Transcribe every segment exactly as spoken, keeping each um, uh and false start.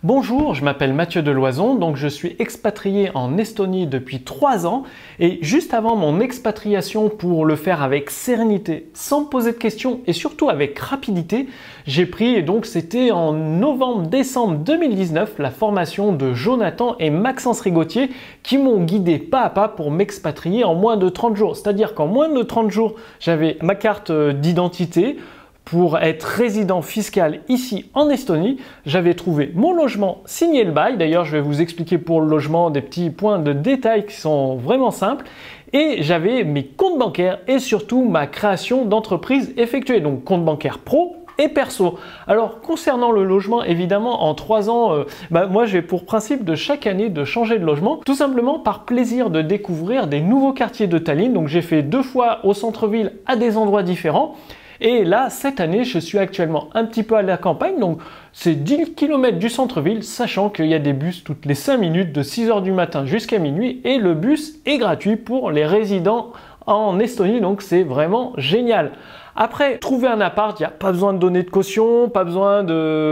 Bonjour, je m'appelle Mathieu Deloison, donc je suis expatrié en Estonie depuis trois ans et juste avant mon expatriation pour le faire avec sérénité, sans me poser de questions et surtout avec rapidité, j'ai pris, et donc c'était en novembre-décembre deux mille dix-neuf, la formation de Jonathan et Maxence Rigotier qui m'ont guidé pas à pas pour m'expatrier en moins de trente jours. C'est-à-dire qu'en moins de trente jours, j'avais ma carte d'identité pour être résident fiscal ici en Estonie. J'avais trouvé mon logement, signé le bail. D'ailleurs, je vais vous expliquer pour le logement des petits points de détail qui sont vraiment simples. Et j'avais mes comptes bancaires et surtout ma création d'entreprise effectuée. Donc, compte bancaire pro et perso. Alors concernant le logement, évidemment en trois ans, euh, bah, moi j'ai pour principe de chaque année de changer de logement, tout simplement par plaisir de découvrir des nouveaux quartiers de Tallinn. Donc j'ai fait deux fois au centre-ville à des endroits différents. Et là, cette année, je suis actuellement un petit peu à la campagne, donc c'est dix kilomètres du centre-ville, sachant qu'il y a des bus toutes les cinq minutes de six heures du matin jusqu'à minuit et le bus est gratuit pour les résidents en Estonie, donc c'est vraiment génial. Après, trouver un appart, il n'y a pas besoin de donner de caution, pas besoin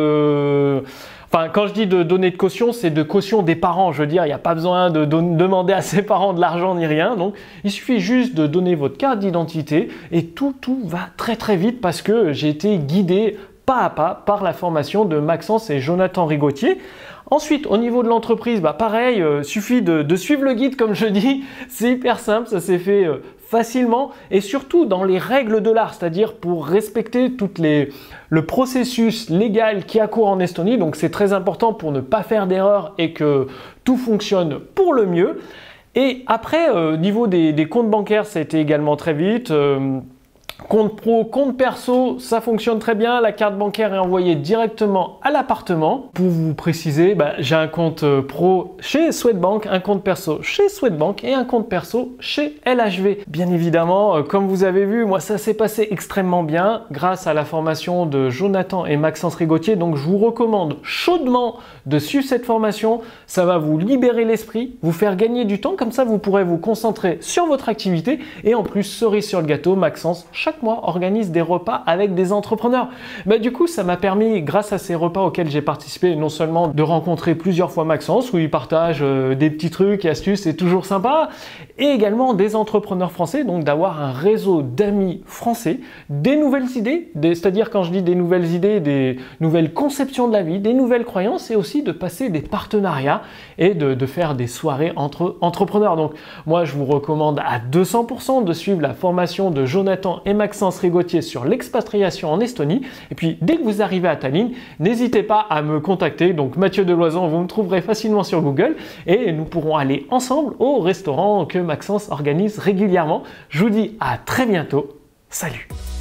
de... Enfin, quand je dis de donner de caution, c'est de caution des parents. Je veux dire, il n'y a pas besoin de demander à ses parents de l'argent ni rien. Donc, il suffit juste de donner votre carte d'identité et tout, tout va très très vite parce que j'ai été guidé pas à pas par la formation de Maxence et Jonathan Rigotier. Ensuite, au niveau de l'entreprise, bah pareil, euh, suffit de, de suivre le guide comme je dis. C'est hyper simple, ça s'est fait euh, facilement et surtout dans les règles de l'art, c'est-à-dire pour respecter toutes les, le processus légal qui a cours en Estonie. Donc c'est très important pour ne pas faire d'erreur et que tout fonctionne pour le mieux. Et après, au euh, niveau des, des comptes bancaires, ça a été également très vite. Euh, Compte pro, compte perso, ça fonctionne très bien. La carte bancaire est envoyée directement à l'appartement. Pour vous préciser, bah, j'ai un compte pro chez Swedbank, un compte perso chez Swedbank et un compte perso chez L H V. Bien évidemment, euh, comme vous avez vu, moi ça s'est passé extrêmement bien grâce à la formation de Jonathan et Maxence Rigotier. Donc je vous recommande chaudement de suivre cette formation. Ça va vous libérer l'esprit, vous faire gagner du temps. Comme ça, vous pourrez vous concentrer sur votre activité. Et en plus, cerise sur le gâteau, Maxence, chaque mois, organise des repas avec des entrepreneurs. Bah, du coup, ça m'a permis, grâce à ces repas auxquels j'ai participé, non seulement de rencontrer plusieurs fois Maxence, où il partage euh, des petits trucs et astuces, c'est toujours sympa, et également des entrepreneurs français, donc d'avoir un réseau d'amis français, des nouvelles idées, c'est-à-dire quand je dis des nouvelles idées, des nouvelles conceptions de la vie, des nouvelles croyances, et aussi de passer des partenariats et de, de faire des soirées entre entrepreneurs. Donc moi, je vous recommande à deux cents pour cent de suivre la formation de Jonathan et Maxence Rigotier sur l'expatriation en Estonie. Et puis, dès que vous arrivez à Tallinn, n'hésitez pas à me contacter. Donc, Mathieu Deloison, vous me trouverez facilement sur Google et nous pourrons aller ensemble au restaurant que Maxence organise régulièrement. Je vous dis à très bientôt. Salut!